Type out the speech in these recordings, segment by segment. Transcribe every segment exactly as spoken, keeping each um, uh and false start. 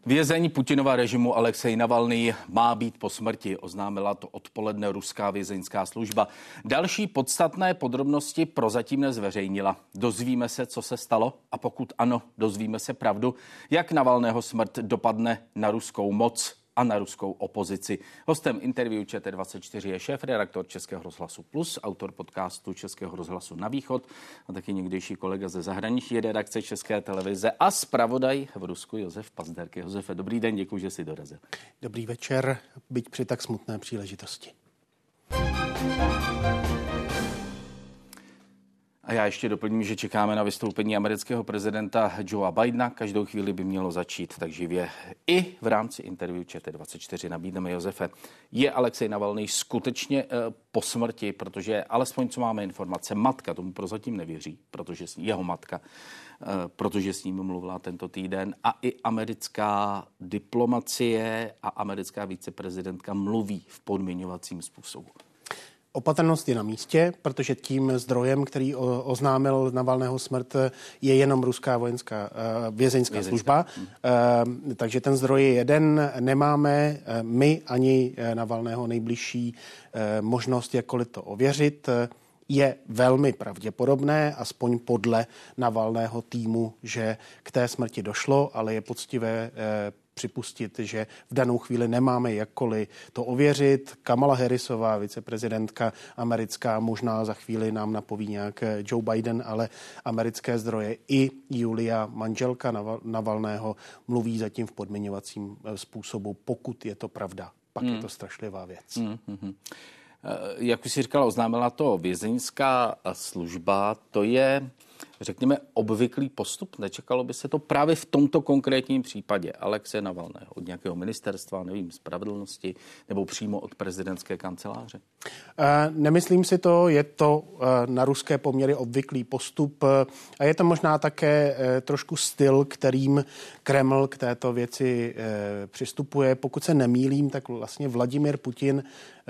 Vězeň Putinova režimu Alexej Navalnyj má být po smrti, oznámila to odpoledne ruská vězeňská služba. Další podstatné podrobnosti prozatím nezveřejnila. Dozvíme se, co se stalo, a pokud ano, dozvíme se pravdu, jak Navalného smrt dopadne na ruskou moc a na ruskou opozici. Hostem interview Č T dvacet čtyři je šéf-redaktor Českého rozhlasu Plus, autor podcastu Českého rozhlasu Na východ a taky někdejší kolega ze zahraniční redakce České televize a zpravodaj v Rusku Josef Pazderky. Josefe, dobrý den, děkuji, že jsi dorazil. Dobrý večer, byť při tak smutné příležitosti. A já ještě doplním, že čekáme na vystoupení amerického prezidenta Joea Bidena. Každou chvíli by mělo začít, tak živě i v rámci interview Č T dvacet čtyři nabídneme. Josefe, je Alexej Navalnyj skutečně uh, po smrti, protože alespoň co máme informace, matka tomu prozatím nevěří, protože jeho matka, uh, protože s ním mluvila tento týden, a i americká diplomacie a americká viceprezidentka mluví v podmiňovacím způsobu. Opatrnost je na místě, protože tím zdrojem, který oznámil Navalného smrt, je jenom ruská vojenská vězeňská, vězeňská. služba. Hmm. Takže ten zdroj je jeden. Nemáme my ani Navalného nejbližší možnost jakkoliv to ověřit. Je velmi pravděpodobné, aspoň podle Navalného týmu, že k té smrti došlo, ale je poctivé připustit, že v danou chvíli nemáme jakkoliv to ověřit. Kamala Harrisová, viceprezidentka americká, možná za chvíli nám napoví nějak Joe Biden, ale americké zdroje i Julia, manželka Navalného, mluví zatím v podmiňovacím způsobu. Pokud je to pravda, pak hmm. je to strašlivá věc. Hmm, hmm. Jak už jsi říkala, oznámila to vězeňská služba. To je, řekněme, obvyklý postup. Nečekalo by se to právě v tomto konkrétním případě Alexeje Navalného od nějakého ministerstva, nevím, spravedlnosti nebo přímo od prezidentské kanceláře? Nemyslím si to, je to na ruské poměry obvyklý postup a je to možná také trošku styl, kterým Kreml k této věci přistupuje. Pokud se nemýlím, tak vlastně Vladimír Putin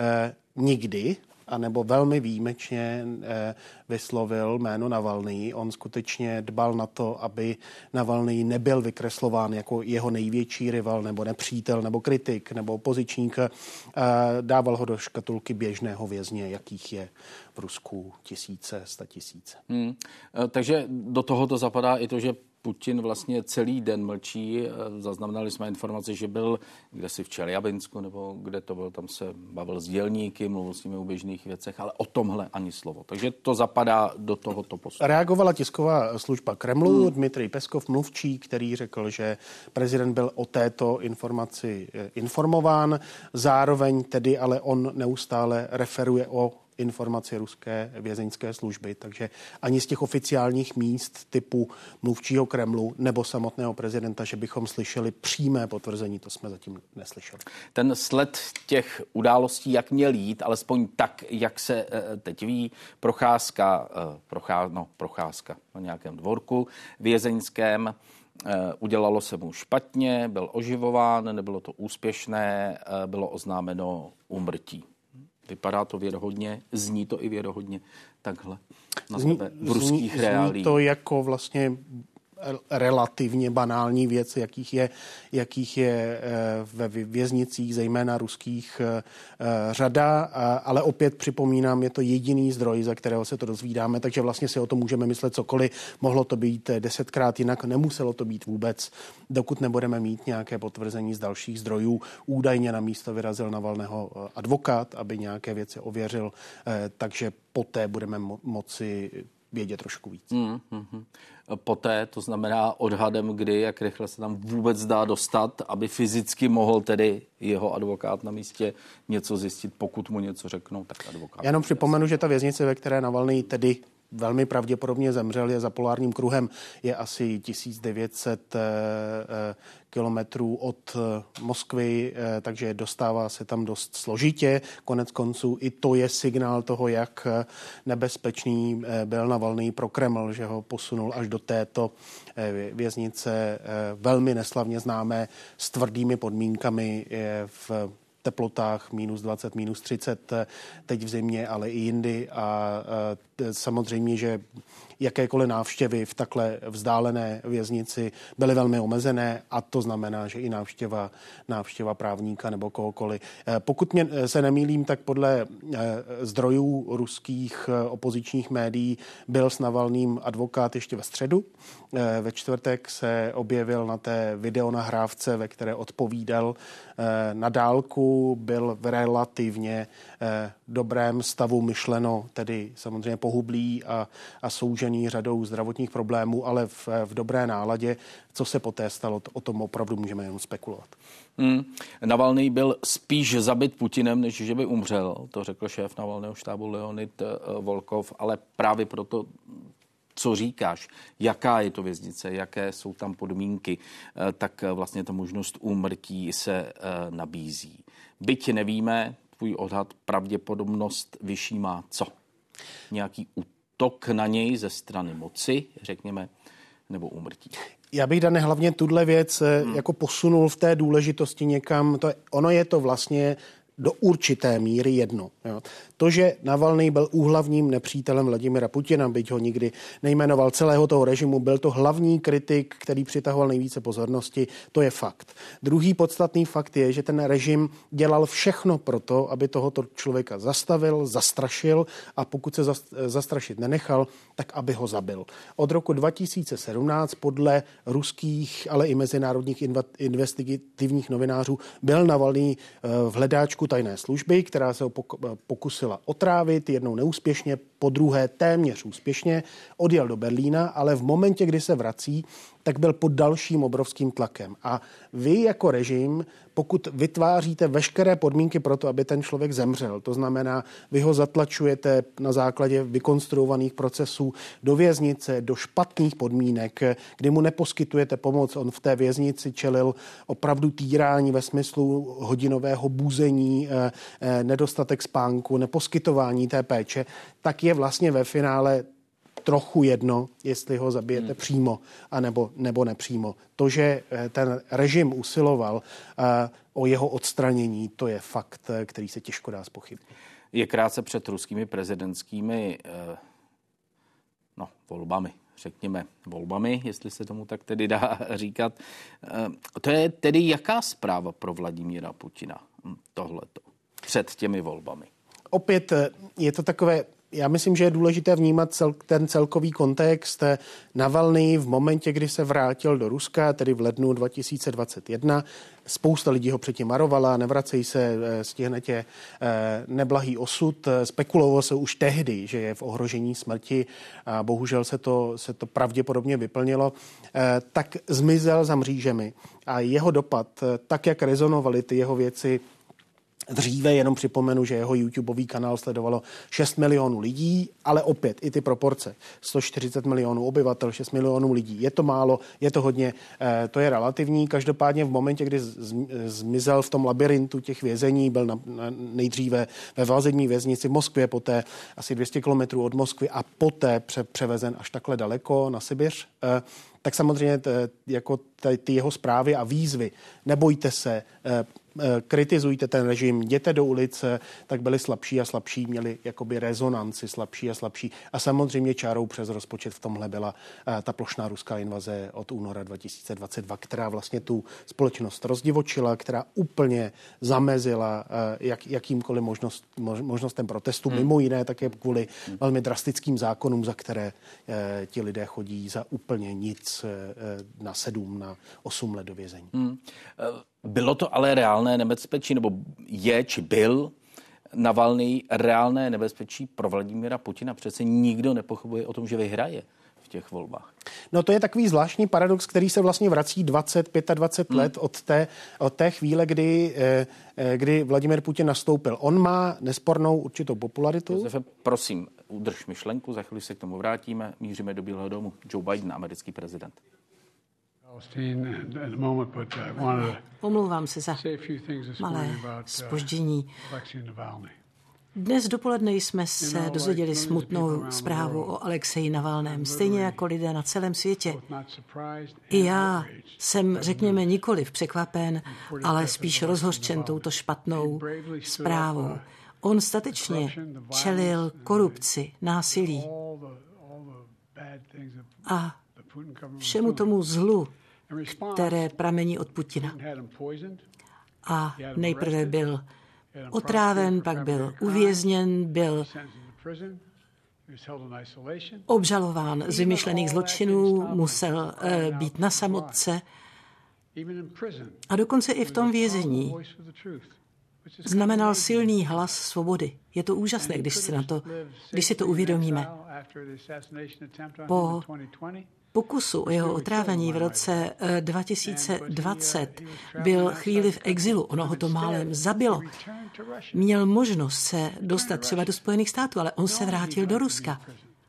nikdy, anebo velmi výjimečně eh, vyslovil jméno Navalnyj. On skutečně dbal na to, aby Navalnyj nebyl vykreslován jako jeho největší rival, nebo nepřítel, nebo kritik, nebo opozičník. Eh, dával ho do škatulky běžného vězně, jakých je v Rusku tisíce, sta tisíce. Hmm. Eh, takže do tohoto zapadá i to, že Putin vlastně celý den mlčí. Zaznamenali jsme informaci, že byl kde si v Čeljabinsku, nebo kde to byl, tam se bavil s dělníky, mluvil s nimi o běžných věcech, ale o tomhle ani slovo. Takže to zapadá do tohoto postupu. Reagovala tisková služba Kremlu, hmm. Dmitrij Peskov, mluvčí, který řekl, že prezident byl o této informaci informován. Zároveň tedy ale on neustále referuje o informaci ruské vězeňské služby, takže ani z těch oficiálních míst typu mluvčího Kremlu nebo samotného prezidenta, že bychom slyšeli přímé potvrzení, to jsme zatím neslyšeli. Ten sled těch událostí, jak měl jít, alespoň tak, jak se teď ví, procházka, prochá, no, procházka na nějakém dvorku vězeňském, udělalo se mu špatně, byl oživován, nebylo to úspěšné, bylo oznámeno úmrtí. Vypadá to věrohodně, zní to i věrohodně takhle na zní, v ruských zní, reálích. Zní to jako vlastně relativně banální věc, jakých je, jakých je ve věznicích, zejména ruských, řada, ale opět připomínám, je to jediný zdroj, za kterého se to dozvídáme, takže vlastně si o tom můžeme myslet cokoliv. Mohlo to být desetkrát jinak, nemuselo to být vůbec, dokud nebudeme mít nějaké potvrzení z dalších zdrojů. Údajně na místo vyrazil Navalného advokát, aby nějaké věci ověřil, takže poté budeme mo- moci vědět trošku víc. Mm, mm, mm. Poté, to znamená odhadem, kdy, jak rychle se tam vůbec dá dostat, aby fyzicky mohl tedy jeho advokát na místě něco zjistit, pokud mu něco řeknou, tak advokát. Já jenom připomenu, že ta věznice, ve které Navalnyj tedy velmi pravděpodobně zemřel, je za polárním kruhem, je asi tisíc devět set kilometrů od Moskvy, takže dostává se tam dost složitě. Konec konců i to je signál toho, jak nebezpečný byl Navalnyj pro Kreml, že ho posunul až do této věznice velmi neslavně známé s tvrdými podmínkami v teplotách minus dvacet, minus třicet teď v zimě, ale i jindy a samozřejmě, že jakékoliv návštěvy v takhle vzdálené věznici byly velmi omezené a to znamená, že i návštěva, návštěva právníka nebo kohokoliv. Pokud mě se nemýlím, tak podle zdrojů ruských opozičních médií byl s Navalným advokát ještě ve středu. Ve čtvrtek se objevil na té videonahrávce, ve které odpovídal na dálku, byl v relativně dobrém stavu, myšleno, tedy samozřejmě pohublý a, a soužený řadou zdravotních problémů, ale v, v dobré náladě. Co se poté stalo, o tom opravdu můžeme jen spekulovat. Hmm. Navalný byl spíš zabit Putinem, než že by umřel, to řekl šéf Navalného štábu Leonid Volkov, ale právě proto, co říkáš, jaká je to věznice, jaké jsou tam podmínky, tak vlastně ta možnost úmrtí se nabízí. Byť nevíme, tvůj odhad, pravděpodobnost vyšší má co? Nějaký útok na něj ze strany moci, řekněme, nebo úmrtí? Já bych, Dane, hlavně tuhle věc hmm. jako posunul v té důležitosti někam. To je, ono je to vlastně do určité míry jedno. Jo. To, že Navalný byl úhlavním nepřítelem Vladimira Putina, byť ho nikdy nejmenoval, celého toho režimu, byl to hlavní kritik, který přitahoval nejvíce pozornosti, to je fakt. Druhý podstatný fakt je, že ten režim dělal všechno pro to, aby tohoto člověka zastavil, zastrašil a pokud se zastrašit nenechal, tak aby ho zabil. Od roku dva tisíce sedmnáct podle ruských, ale i mezinárodních investigativních novinářů byl Navalný v hledáčku tajné služby, která se ho pokusila otrávit, jednou neúspěšně, po druhé téměř úspěšně, odjel do Berlína, ale v momentě, kdy se vrací, tak byl pod dalším obrovským tlakem. A vy jako režim, pokud vytváříte veškeré podmínky pro to, aby ten člověk zemřel, to znamená, vy ho zatlačujete na základě vykonstruovaných procesů do věznice, do špatných podmínek, kdy mu neposkytujete pomoc, on v té věznici čelil opravdu týrání ve smyslu hodinového buzení, nedostatek spánku, neposkytování té péče, tak je vlastně ve finále trochu jedno, jestli ho zabijete hmm. přímo anebo, nebo nepřímo. To, že ten režim usiloval uh, o jeho odstranění, to je fakt, který se těžko dá zpochybnit. Je krátce před ruskými prezidentskými uh, no, volbami, řekněme volbami, jestli se tomu tak tedy dá říkat. Uh, to je tedy jaká zpráva pro Vladimíra Putina tohleto před těmi volbami? Opět je to takové, já myslím, že je důležité vnímat cel, ten celkový kontext. Navalný v momentě, kdy se vrátil do Ruska, tedy v lednu dva tisíce dvacet jedna, spousta lidí ho předtím varovala, nevracej se, stihne tě neblahý osud. Spekulovalo se už tehdy, že je v ohrožení smrti a bohužel se to, se to pravděpodobně vyplnilo. Tak zmizel za mřížemi a jeho dopad, tak jak rezonovaly ty jeho věci dříve, jenom připomenu, že jeho YouTubeový kanál sledovalo šest milionů lidí, ale opět i ty proporce. sto čtyřicet milionů obyvatel, šest milionů lidí. Je to málo, je to hodně, to je relativní. Každopádně v momentě, kdy zmizel v tom labirintu těch vězení, byl na, na, nejdříve ve vazební věznici v Moskvě, poté asi dvě stě kilometrů od Moskvy a poté pře, převezen až takhle daleko na Sibiř, tak samozřejmě t, jako t, ty jeho zprávy a výzvy, nebojte se, kritizujte ten režim, jděte do ulice, tak byli slabší a slabší, měli jakoby rezonanci slabší a slabší. A samozřejmě čárou přes rozpočet v tomhle byla ta plošná ruská invaze od února dva tisíce dvacet dva, která vlastně tu společnost rozdivočila, která úplně zamezila jak, jakýmkoliv možnost, možnostem protestu, hmm. mimo jiné také kvůli hmm. velmi drastickým zákonům, za které eh, ti lidé chodí za úplně nic eh, na sedm, na osm let do vězení. Hmm. Bylo to ale reálné nebezpečí, nebo je, či byl Navalný reálné nebezpečí pro Vladimíra Putina? Přece nikdo nepochybuje o tom, že vyhraje v těch volbách. No to je takový zvláštní paradox, který se vlastně vrací dvacet, dvacet pět hmm. let od té, od té chvíle, kdy, kdy Vladimír Putin nastoupil. On má nespornou určitou popularitu. Josefe, prosím, udrž myšlenku, za chvíli se k tomu vrátíme. Míříme do Bílého domu. Joe Biden, americký prezident. Omlouvám se za malé zpoždění. Dnes dopoledne jsme se dozvěděli smutnou zprávu o Alexeji Navalném, stejně jako lidé na celém světě. I já jsem, řekněme, nikoliv překvapen, ale spíš rozhořčen touto špatnou zprávou. On statečně čelil korupci, násilí a všemu tomu zlu, které pramení od Putina. A nejprve byl otráven, pak byl uvězněn, byl obžalován z vymyšlených zločinů, musel uh, být na samotce a dokonce i v tom vězení znamenal silný hlas svobody. Je to úžasné, když si, na to, když si to uvědomíme. Po pokusu o jeho otrávení v roce dva tisíce dvacet byl chvíli v exilu, ono ho to málem zabilo. Měl možnost se dostat třeba do Spojených států, ale on se vrátil do Ruska.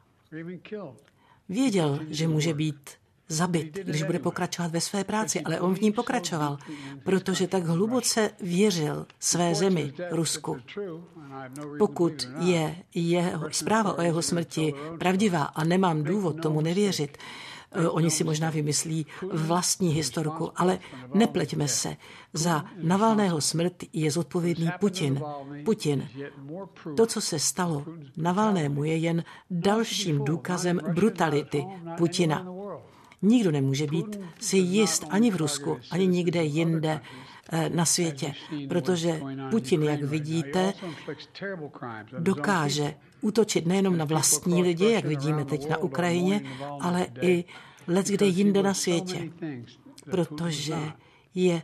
Věděl, že může být zabit, když bude pokračovat ve své práci, ale on v ní pokračoval, protože tak hluboce věřil své zemi, Rusku. Pokud je jeho, zpráva o jeho smrti pravdivá a nemám důvod tomu nevěřit, oni si možná vymyslí vlastní historku, ale nepleťme se. Za Navalného smrt je zodpovědný Putin. Putin. To, co se stalo Navalnému, je jen dalším důkazem brutality Putina. Nikdo nemůže být si jist ani v Rusku, ani nikde jinde na světě, protože Putin, jak vidíte, dokáže útočit nejenom na vlastní lidi, jak vidíme teď na Ukrajině, ale i leckde jinde na světě, protože je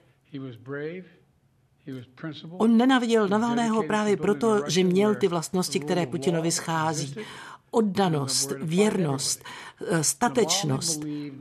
on nenáviděl Navalného právě proto, že měl ty vlastnosti, které Putinovi schází. Oddanost, věrnost, statečnost.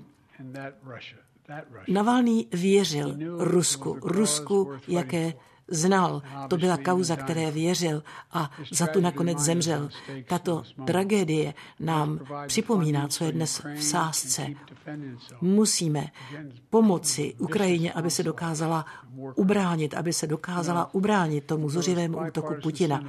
Navalný věřil Rusku, Rusku, jaké znal. To byla kauza, které věřil a za tu nakonec zemřel. Tato tragédie nám připomíná, co je dnes v sázce. Musíme pomoci Ukrajině, aby se dokázala ubránit, aby se dokázala ubránit tomu zuřivému útoku Putina.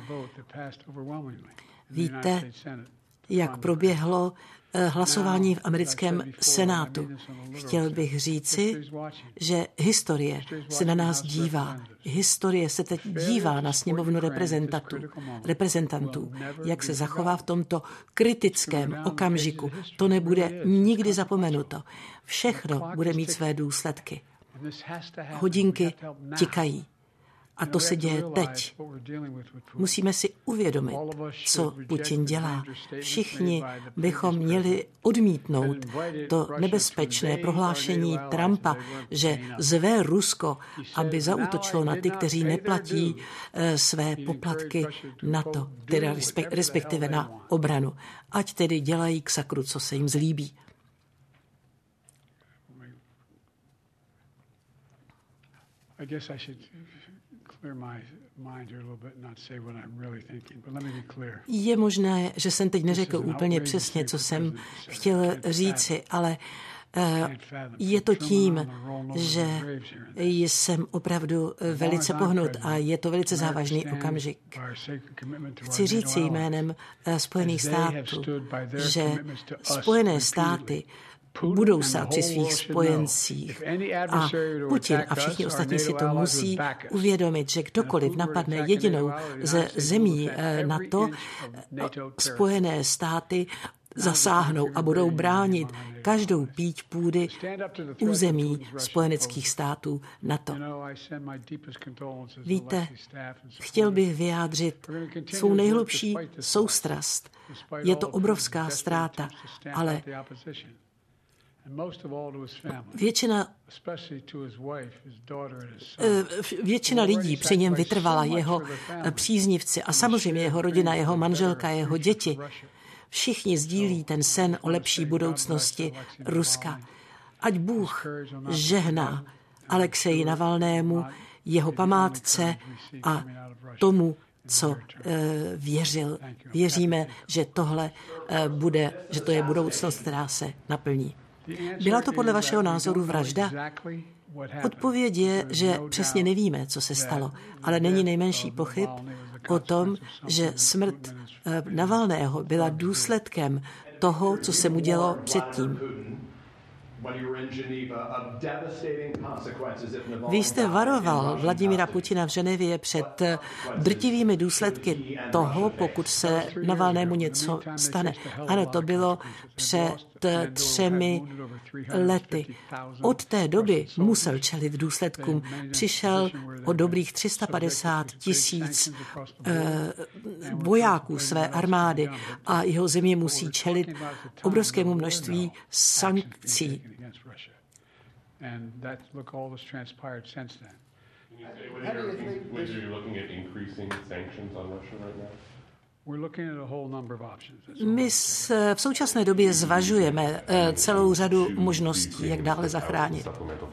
Víte, jak proběhlo hlasování v americkém Senátu. Chtěl bych říci, že historie se na nás dívá. Historie se teď dívá na sněmovnu reprezentantů, reprezentantů, jak se zachová v tomto kritickém okamžiku. To nebude nikdy zapomenuto. Všechno bude mít své důsledky. Hodinky tikají. A to se děje teď. Musíme si uvědomit, co Putin dělá. Všichni bychom měli odmítnout to nebezpečné prohlášení Trumpa, že zve Rusko, aby zaútočilo na ty, kteří neplatí své poplatky na to, teda respektive na obranu. Ať tedy dělají k sakru, co se jim zlíbí. Je možné, že jsem teď neřekl úplně přesně, co jsem chtěl říci, ale je to tím, že jsem opravdu velice pohnut a je to velice závažný okamžik. Chci říci jménem Spojených států, že Spojené státy budou stát při svých spojencích. A Putin a všichni ostatní si to musí uvědomit, že kdokoliv napadne jedinou ze zemí NATO, Spojené státy zasáhnou a budou bránit každou píď půdy území spojeneckých států NATO. Víte, chtěl bych vyjádřit svou nejhlubší soustrast. Je to obrovská ztráta, ale Většina, většina lidí při něm vytrvala, jeho příznivci a samozřejmě jeho rodina, jeho manželka, jeho děti. Všichni sdílí ten sen o lepší budoucnosti Ruska. Ať Bůh žehná Alexeji Navalnému, jeho památce a tomu, co e, věřil. Věříme, že tohle e, bude, že to je budoucnost, která se naplní. Byla to podle vašeho názoru vražda? Odpověď je, že přesně nevíme, co se stalo, ale není nejmenší pochyb, o tom, že smrt Navalného byla důsledkem toho, co se mu dělo předtím. Vy jste varoval Vladimíra Putina v Ženevě před drtivými důsledky toho, pokud se Navalnému něco stane. Ano, to bylo před třemi lety. Od té doby musel čelit důsledkům. Přišel o dobrých tři sta padesát tisíc eh, vojáků své armády a jeho země musí čelit obrovskému množství sankcí. And that look all that's transpired since then. When you're looking at increasing sanctions on Russia right now? We're looking at a whole number of options. My v současné době zvažujeme celou řadu možností, jak dále zachránit.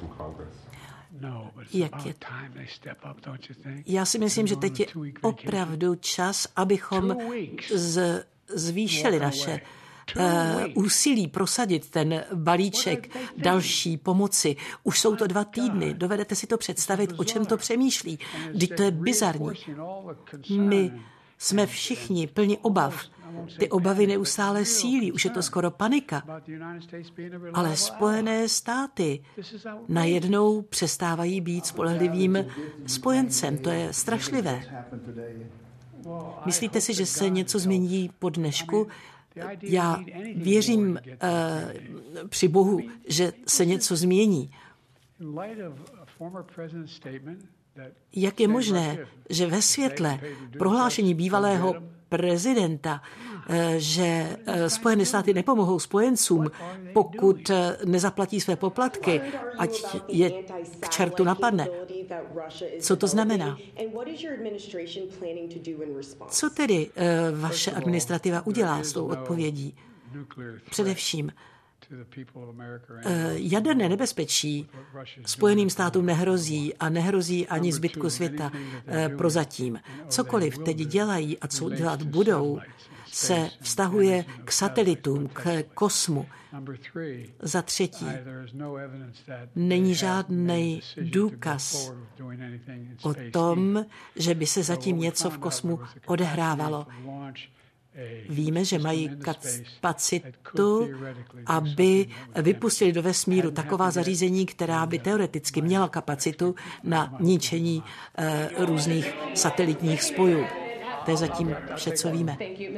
Jak je? Já si myslím, že teď je opravdu čas, abychom z, zvýšili naše Uh, úsilí prosadit ten balíček další pomoci. Už jsou to dva týdny. Dovedete si to představit, o čem to přemýšlí? Vždyť to je bizarní. My jsme všichni plni obav. Ty obavy neustále sílí, už je to skoro panika. Ale Spojené státy najednou přestávají být spolehlivým spojencem. To je strašlivé. Myslíte si, že se něco změní po dnešku? Já věřím uh, při Bohu, že se něco změní. Jak je možné, že ve světle prohlášení bývalého prezidenta, že Spojené státy nepomohou spojencům, pokud nezaplatí své poplatky, ať je k čertu napadne. Co to znamená? Co tedy vaše administrativa udělá s tou odpovědí? Především jaderné nebezpečí Spojeným státům nehrozí a nehrozí ani zbytku světa prozatím. Cokoliv teď dělají a co dělat budou, se vztahuje k satelitům, k kosmu. Za třetí, není žádný důkaz o tom, že by se zatím něco v kosmu odehrávalo. Víme, že mají kapacitu, aby vypustili do vesmíru taková zařízení, která by teoreticky měla kapacitu na ničení uh, různých satelitních spojů. To je zatím vše, co víme.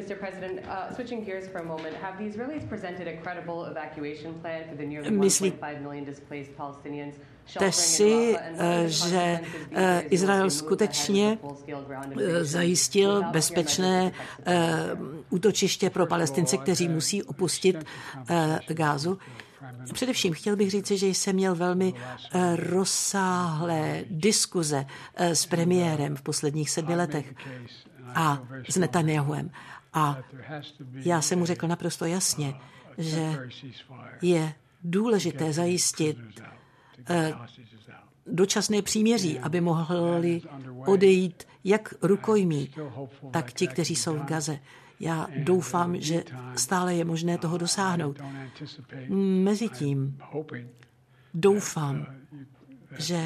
Myslíte si, že Izrael skutečně zajistil bezpečné útočiště pro Palestince, kteří musí opustit Gázu? Především chtěl bych říci, že jsem měl velmi rozsáhlé diskuze s premiérem v posledních sedmi letech a s Netanyahuem. A já jsem mu řekl naprosto jasně, že je důležité zajistit dočasné příměří, aby mohli odejít jak rukojmí, tak ti, kteří jsou v Gaze. Já doufám, že stále je možné toho dosáhnout. Mezitím doufám, že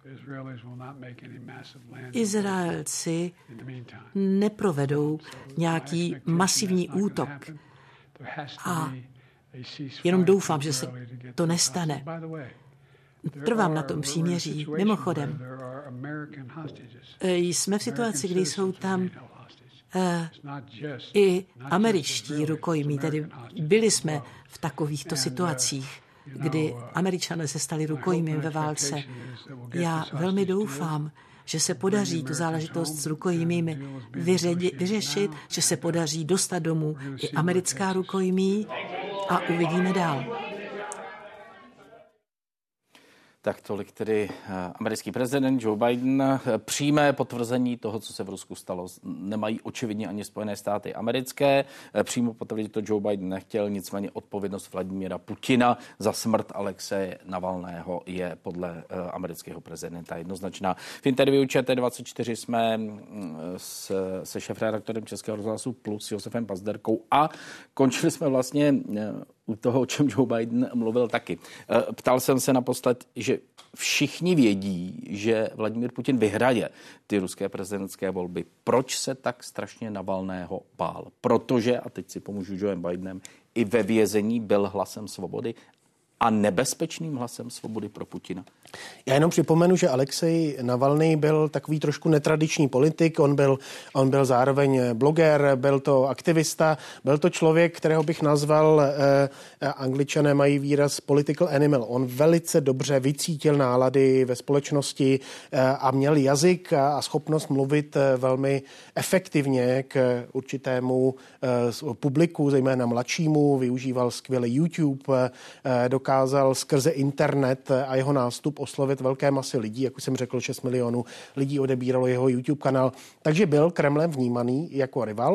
Izraelci neprovedou nějaký masivní útok. A jenom doufám, že se to nestane. Trvám na tom příměří. Mimochodem, jsme v situaci, kdy jsou tam i američtí rukojmí, tedy byli jsme v takovýchto situacích, kdy Američané se stali rukojmím ve válce. Já velmi doufám, že se podaří tu záležitost s rukojmími vyřešit, že se podaří dostat domů i americká rukojmí a uvidíme dál. Tak tolik tedy americký prezident Joe Biden. Přímé potvrzení toho, co se v Rusku stalo, nemají očividně ani Spojené státy americké. Přímo potvrdit to Joe Biden nechtěl, nicméně odpovědnost Vladimíra Putina za smrt Alexeje Navalného je podle amerického prezidenta jednoznačná. V interview Č T dvacet čtyři jsme s, se šéfredaktorem Českého rozhlasu Plus Josefem Pazderkou a končili jsme vlastně u toho, o čem Joe Biden mluvil taky. Ptal jsem se naposled, že všichni vědí, že Vladimír Putin vyhraje ty ruské prezidentské volby. Proč se tak strašně Navalného bál? Protože, a teď si pomůžu Joem Bidenem, i ve vězení byl hlasem svobody a nebezpečným hlasem svobody pro Putina. Já jenom připomenu, že Alexej Navalný byl takový trošku netradiční politik, on byl, on byl zároveň bloger, byl to aktivista, byl to člověk, kterého bych nazval, eh, Angličané mají výraz political animal. On velice dobře vycítil nálady ve společnosti eh, a měl jazyk a, a schopnost mluvit eh, velmi efektivně k určitému eh, publiku, zejména mladšímu, využíval skvěle YouTube, eh, dokázal skrze internet a jeho nástup oslovit velké masy lidí, jak už jsem řekl, šest milionů lidí odebíralo jeho YouTube kanál, takže byl Kremlem vnímaný jako rival.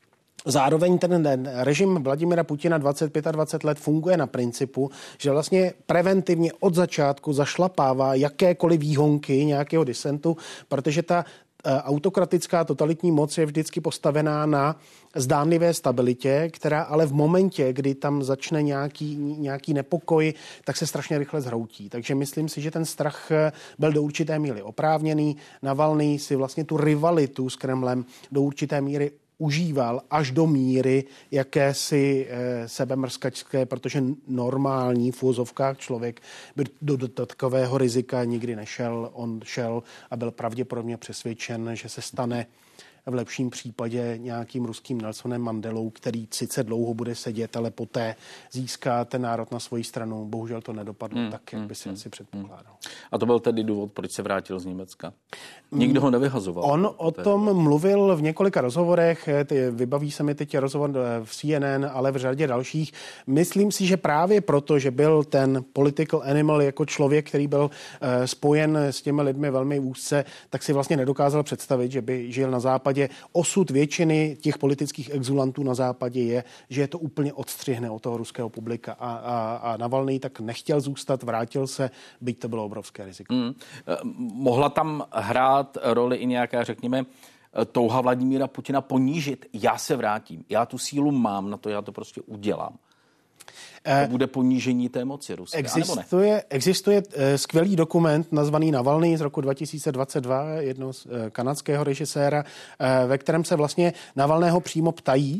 Zároveň ten režim Vladimira Putina dvacet pět a dvacet let funguje na principu, že vlastně preventivně od začátku zašlapává jakékoliv výhonky nějakého disentu, protože ta autokratická totalitní moc je vždycky postavená na zdánlivé stabilitě, která ale v momentě, kdy tam začne nějaký, nějaký nepokoj, tak se strašně rychle zhroutí. Takže myslím si, že ten strach byl do určité míry oprávněný. Navalný si vlastně tu rivalitu s Kremlem do určité míry užíval až do míry jakési e, sebemrskačské, protože normální v úvozovkách člověk by do, do takového rizika nikdy nešel. On šel a byl pravděpodobně přesvědčen, že se stane v lepším případě nějakým ruským Nelsonem Mandelou, který sice dlouho bude sedět, ale poté získá ten národ na svoji stranu. Bohužel to nedopadlo hmm, tak, jak by si hmm, asi předpokládal. A to byl tedy důvod, proč se vrátil z Německa? Nikdo ho nevyhazoval. On o tom mluvil v několika rozhovorech, vybaví se mi teď rozhovor v C N N, ale v řadě dalších. Myslím si, že právě proto, že byl ten political animal jako člověk, který byl spojen s těmi lidmi velmi úzce, tak si vlastně nedokázal představit, že by žil na západě. Osud většiny těch politických exulantů na západě je, že je to úplně odstřihne od toho ruského publika. A, a, a Navalný tak nechtěl zůstat, vrátil se, byť to bylo obrovské riziko. Hmm. Mohla tam hrát roli i nějaká, řekněme, touha Vladimíra Putina ponížit? Já se vrátím, já tu sílu mám na to, já to prostě udělám. To bude ponížení té moci ruské, existuje, existuje skvělý dokument nazvaný Navalný z roku dva tisíce dvacet dva, jednoho z kanadského režiséra, ve kterém se vlastně Navalného přímo ptají,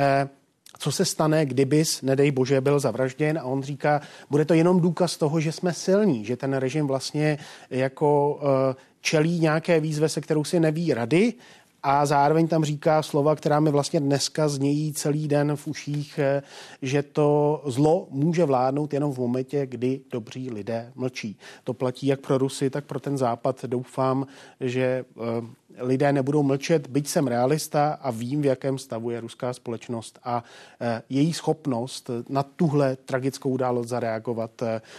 co se stane, kdybys, nedej bože, byl zavražděn, a on říká, bude to jenom důkaz toho, že jsme silní, že ten režim vlastně jako čelí nějaké výzve, se kterou si neví rady. A zároveň tam říká slova, která mi vlastně dneska znějí celý den v uších, že to zlo může vládnout jenom v momentě, kdy dobří lidé mlčí. To platí jak pro Rusy, tak pro ten Západ. Doufám, že lidé nebudou mlčet, byť jsem realista a vím, v jakém stavu je ruská společnost a její schopnost na tuhle tragickou událost zareagovat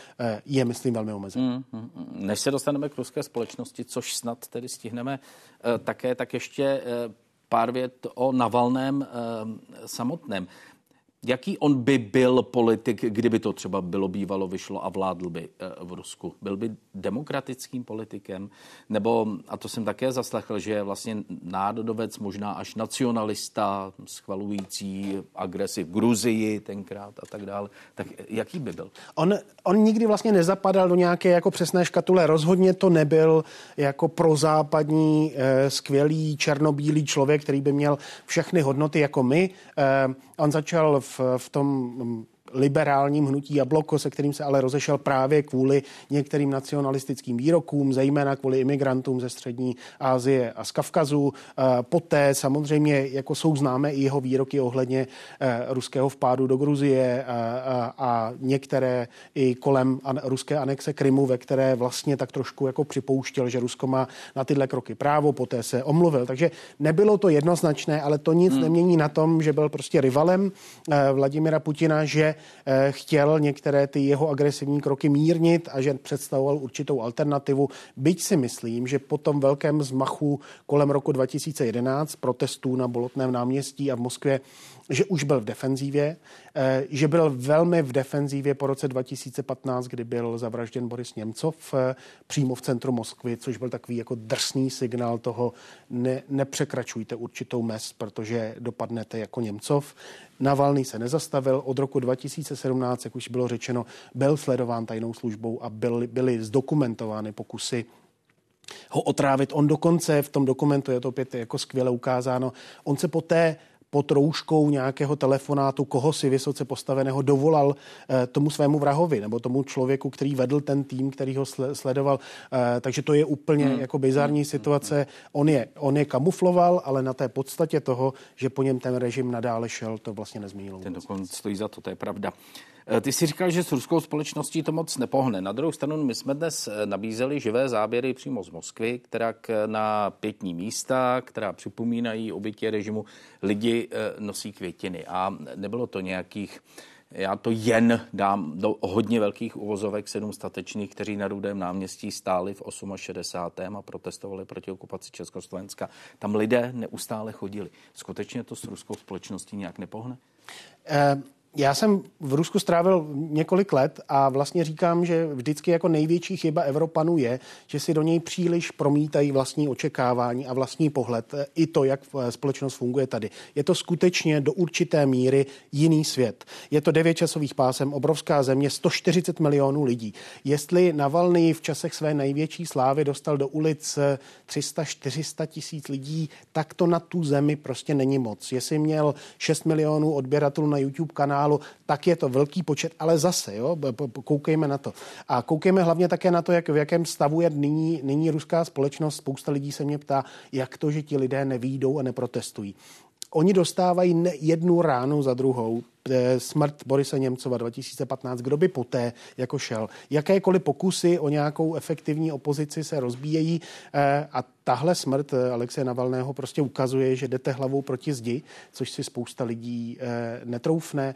je, myslím, velmi omezená. Mm, mm, než se dostaneme k ruské společnosti, což snad tedy stihneme také, tak ještě pár vět o Navalném samotném. Jaký on by byl politik, kdyby to třeba bylo bývalo, vyšlo a vládl by v Rusku? Byl by demokratickým politikem? Nebo, a to jsem také zaslechl, že je vlastně národovec, možná až nacionalista, schvalující agresi v Gruzii tenkrát a tak dále. Tak jaký by byl? On, on nikdy vlastně nezapadal do nějaké jako přesné škatule. Rozhodně to nebyl jako prozápadní, eh, skvělý černobílý člověk, který by měl všechny hodnoty jako my. Eh, on začal v v tom liberálním hnutí Jabloko, se kterým se ale rozešel právě kvůli některým nacionalistickým výrokům, zejména kvůli imigrantům ze střední Asie a z Kavkazu. Poté samozřejmě jako jsou známé i jeho výroky ohledně ruského vpádu do Gruzie a, a, a některé i kolem ruské anexe Krymu, ve které vlastně tak trošku jako připouštěl, že Rusko má na tyhle kroky právo, poté se omluvil. Takže nebylo to jednoznačné, ale to nic hmm. nemění na tom, že byl prostě rivalem Vladimira Putina, že chtěl některé ty jeho agresivní kroky mírnit a že představoval určitou alternativu. Byť si myslím, že po tom velkém zmachu kolem roku dva tisíce jedenáct protestů na Bolotném náměstí a v Moskvě že už byl v defenzívě, že byl velmi v defenzívě po roce dva tisíce patnáct, kdy byl zavražděn Boris Němcov přímo v centru Moskvy, což byl takový jako drsný signál toho, ne, nepřekračujte určitou mez, protože dopadnete jako Němcov. Navalný se nezastavil. Od roku dva tisíce sedmnáct, jak už bylo řečeno, byl sledován tajnou službou a byly, byly zdokumentovány pokusy ho otrávit. On dokonce v tom dokumentu, je to opět jako skvěle ukázáno, on se poté pod rouškou nějakého telefonátu koho si vysoce postaveného dovolal eh, tomu svému vrahovi nebo tomu člověku, který vedl ten tým, který ho sledoval. Eh, takže to je úplně hmm. jako bizarní situace. On je, on je kamufloval, ale na té podstatě toho, že po něm ten režim nadále šel, to vlastně nezměnilo. Ten dokonce stojí za to, to je pravda. Ty jsi říkal, že s ruskou společností to moc nepohne. Na druhou stranu my jsme dnes nabízeli živé záběry přímo z Moskvy, která na pětní místa, která připomínají oběti režimu, lidi nosí květiny. A nebylo to nějakých, já to jen dám do hodně velkých uvozovek, sedm statečných, kteří na Rudém náměstí stáli v šedesátém osmém a protestovali proti okupaci Československa. Tam lidé neustále chodili. Skutečně to s ruskou společností nějak nepohne? Uh... Já jsem v Rusku strávil několik let a vlastně říkám, že vždycky jako největší chyba Evropanů je, že si do něj příliš promítají vlastní očekávání a vlastní pohled i to, jak společnost funguje tady. Je to skutečně do určité míry jiný svět. Je to devět časových pásem, obrovská země, sto čtyřicet milionů lidí. Jestli Navalný v časech své největší slávy dostal do ulic tři sta čtyři sta tisíc lidí, tak to na tu zemi prostě není moc. Jestli měl šest milionů odběratelů na YouTube kanálu, tak je to velký počet, ale zase, jo, koukejme na to. A koukejme hlavně také na to, jak, v jakém stavu je nyní, nyní ruská společnost. Spousta lidí se mě ptá, jak to, že ti lidé nevyjdou a neprotestují. Oni dostávají jednu ránu za druhou. Smrt Borise Němcova dva tisíce patnáct, kdo by poté jako šel. Jakékoliv pokusy o nějakou efektivní opozici se rozbíjejí a tahle smrt Alexeje Navalného prostě ukazuje, že jdete hlavou proti zdi, což si spousta lidí netroufne.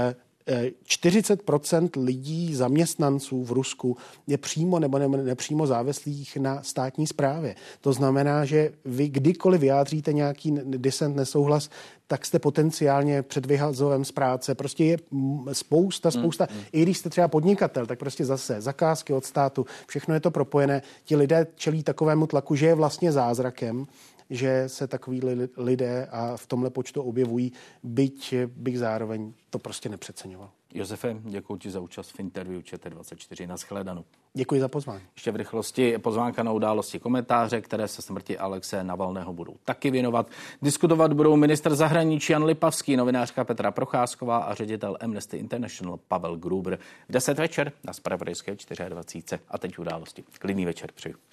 čtyřicet procent lidí, zaměstnanců v Rusku je přímo nebo nepřímo závislých na státní správě. To znamená, že vy kdykoliv vyjádříte nějaký disent, nesouhlas, tak jste potenciálně před vyhazovem z práce. Prostě je spousta, spousta. Mm, mm. I když jste třeba podnikatel, tak prostě zase zakázky od státu, všechno je to propojené. Ti lidé čelí takovému tlaku, že je vlastně zázrakem, že se takový lidé a v tomhle počtu objevují, byť bych zároveň to prostě nepřeceňoval. Josefe, děkuji ti za účast v interview Č T dvacet čtyři. Nashledanou. Děkuji za pozvání. Ještě v rychlosti pozvánka na události, komentáře, které se smrti Alexeje Navalného budou taky věnovat. Diskutovat budou ministr zahraničí Jan Lipavský, novinářka Petra Procházková a ředitel Amnesty International Pavel Gruber. V deset večer na zpravodajské dvacet čtyři. A teď události. Klidný večer přeju.